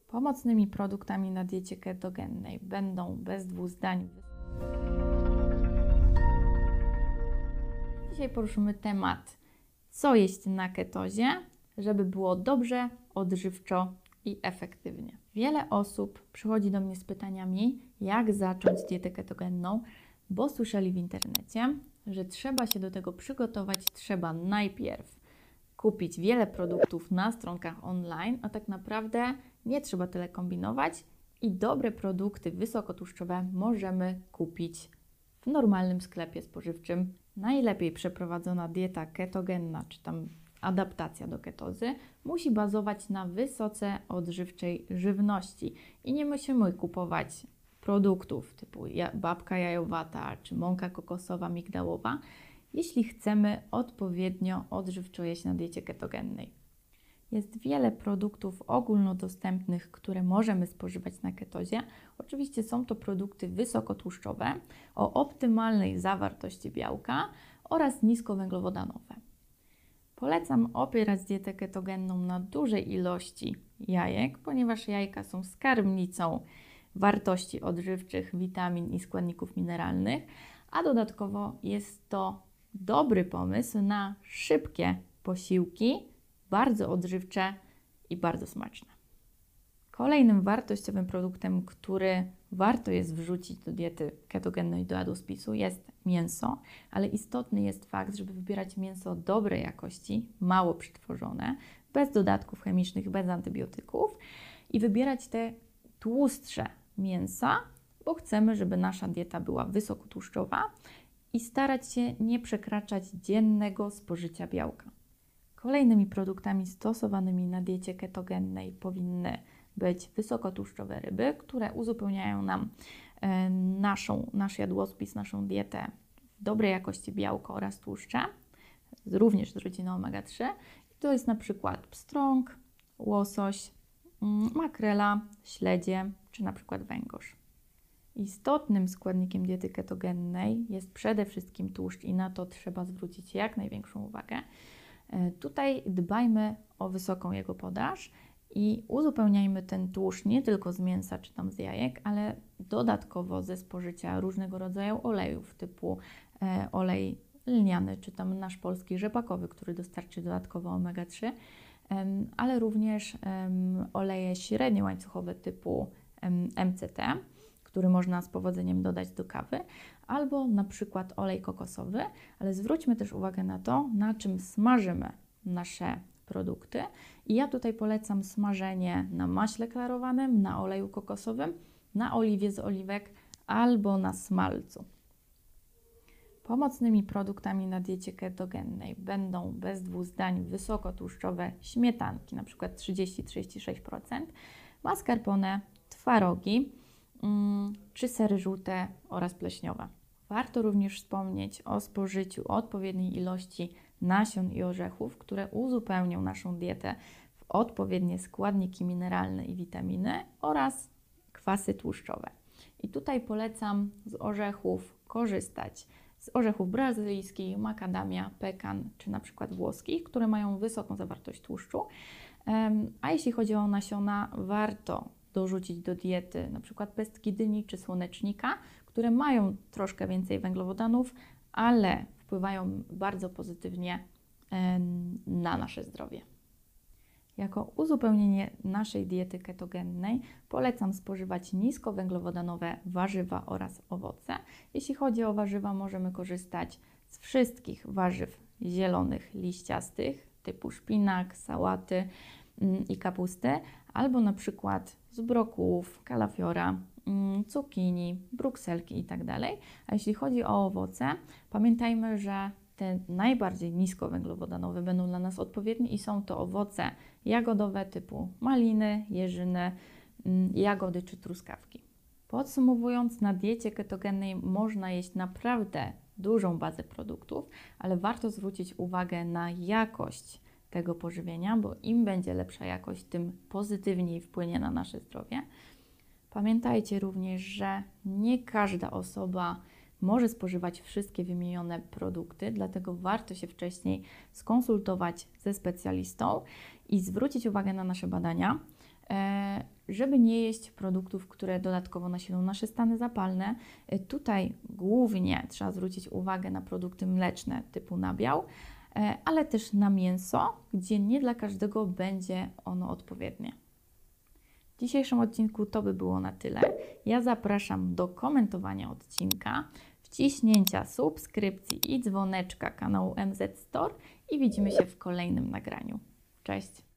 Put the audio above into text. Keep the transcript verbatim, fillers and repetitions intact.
Pomocnymi produktami na diecie ketogennej będą bez dwóch zdań. Dzisiaj poruszymy temat, co jeść na ketozie, żeby było dobrze, odżywczo i efektywnie. Wiele osób przychodzi do mnie z pytaniami, jak zacząć dietę ketogenną, bo słyszeli w internecie, że trzeba się do tego przygotować, trzeba najpierw kupić wiele produktów na stronkach online, a tak naprawdę nie trzeba tyle kombinować i dobre produkty wysokotłuszczowe możemy kupić w normalnym sklepie spożywczym. Najlepiej przeprowadzona dieta ketogenna, czy tam adaptacja do ketozy, musi bazować na wysoce odżywczej żywności i nie musimy kupować produktów typu babka jajowata czy mąka kokosowa, migdałowa, jeśli chcemy odpowiednio odżywczo jeść na diecie ketogennej. Jest wiele produktów ogólnodostępnych, które możemy spożywać na ketozie. Oczywiście są to produkty wysokotłuszczowe o optymalnej zawartości białka oraz niskowęglowodanowe. Polecam opierać dietę ketogenną na dużej ilości jajek, ponieważ jajka są skarbnicą wartości odżywczych, witamin i składników mineralnych, a dodatkowo jest to dobry pomysł na szybkie posiłki, bardzo odżywcze i bardzo smaczne. Kolejnym wartościowym produktem, który warto jest wrzucić do diety ketogennej, do jadłospisu, jest mięso, ale istotny jest fakt, żeby wybierać mięso dobrej jakości, mało przetworzone, bez dodatków chemicznych, bez antybiotyków i wybierać te tłustsze mięsa, bo chcemy, żeby nasza dieta była wysokotłuszczowa i starać się nie przekraczać dziennego spożycia białka. Kolejnymi produktami stosowanymi na diecie ketogennej powinny być wysokotłuszczowe ryby, które uzupełniają nam e, naszą, nasz jadłospis, naszą dietę w dobrej jakości białko oraz tłuszcze, również z rodziny omega trzy. I to jest na przykład pstrąg, łosoś, mm, makrela, śledzie czy na przykład węgorz. Istotnym składnikiem diety ketogennej jest przede wszystkim tłuszcz i na to trzeba zwrócić jak największą uwagę. Tutaj dbajmy o wysoką jego podaż i uzupełniajmy ten tłuszcz nie tylko z mięsa czy tam z jajek, ale dodatkowo ze spożycia różnego rodzaju olejów typu e, olej lniany czy tam nasz polski rzepakowy, który dostarczy dodatkowo omega trzy, e, ale również e, oleje średniołańcuchowe typu e, M C T, który można z powodzeniem dodać do kawy, albo na przykład olej kokosowy, ale zwróćmy też uwagę na to, na czym smażymy nasze produkty. I ja tutaj polecam smażenie na maśle klarowanym, na oleju kokosowym, na oliwie z oliwek albo na smalcu. Pomocnymi produktami na diecie ketogennej będą bez dwóch zdań wysokotłuszczowe śmietanki, na przykład trzydzieści do trzydziestu sześciu procent, mascarpone, twarogi, czy sery żółte oraz pleśniowe. Warto również wspomnieć o spożyciu odpowiedniej ilości nasion i orzechów, które uzupełnią naszą dietę w odpowiednie składniki mineralne i witaminy oraz kwasy tłuszczowe. I tutaj polecam z orzechów korzystać z orzechów brazylijskich, makadamia, pekan czy na przykład włoskich, które mają wysoką zawartość tłuszczu. A jeśli chodzi o nasiona, warto dorzucić do diety na przykład pestki dyni czy słonecznika, które mają troszkę więcej węglowodanów, ale wpływają bardzo pozytywnie na nasze zdrowie. Jako uzupełnienie naszej diety ketogennej polecam spożywać niskowęglowodanowe warzywa oraz owoce. Jeśli chodzi o warzywa, możemy korzystać z wszystkich warzyw zielonych, liściastych, typu szpinak, sałaty i kapusty, albo na przykład z brokułów, kalafiora, cukinii, brukselki itd. A jeśli chodzi o owoce, pamiętajmy, że te najbardziej niskowęglowodanowe będą dla nas odpowiednie i są to owoce jagodowe typu maliny, jeżyny, jagody czy truskawki. Podsumowując, na diecie ketogennej można jeść naprawdę dużą bazę produktów, ale warto zwrócić uwagę na jakość tego pożywienia, bo im będzie lepsza jakość, tym pozytywniej wpłynie na nasze zdrowie. Pamiętajcie również, że nie każda osoba może spożywać wszystkie wymienione produkty, dlatego warto się wcześniej skonsultować ze specjalistą i zwrócić uwagę na nasze badania. żeby nie jeść produktów, które dodatkowo nasilą nasze stany zapalne. Tutaj głównie trzeba zwrócić uwagę na produkty mleczne typu nabiał, ale też na mięso, gdzie nie dla każdego będzie ono odpowiednie. W dzisiejszym odcinku to by było na tyle. Ja zapraszam do komentowania odcinka, wciśnięcia subskrypcji i dzwoneczka kanału M Z Store i widzimy się w kolejnym nagraniu. Cześć!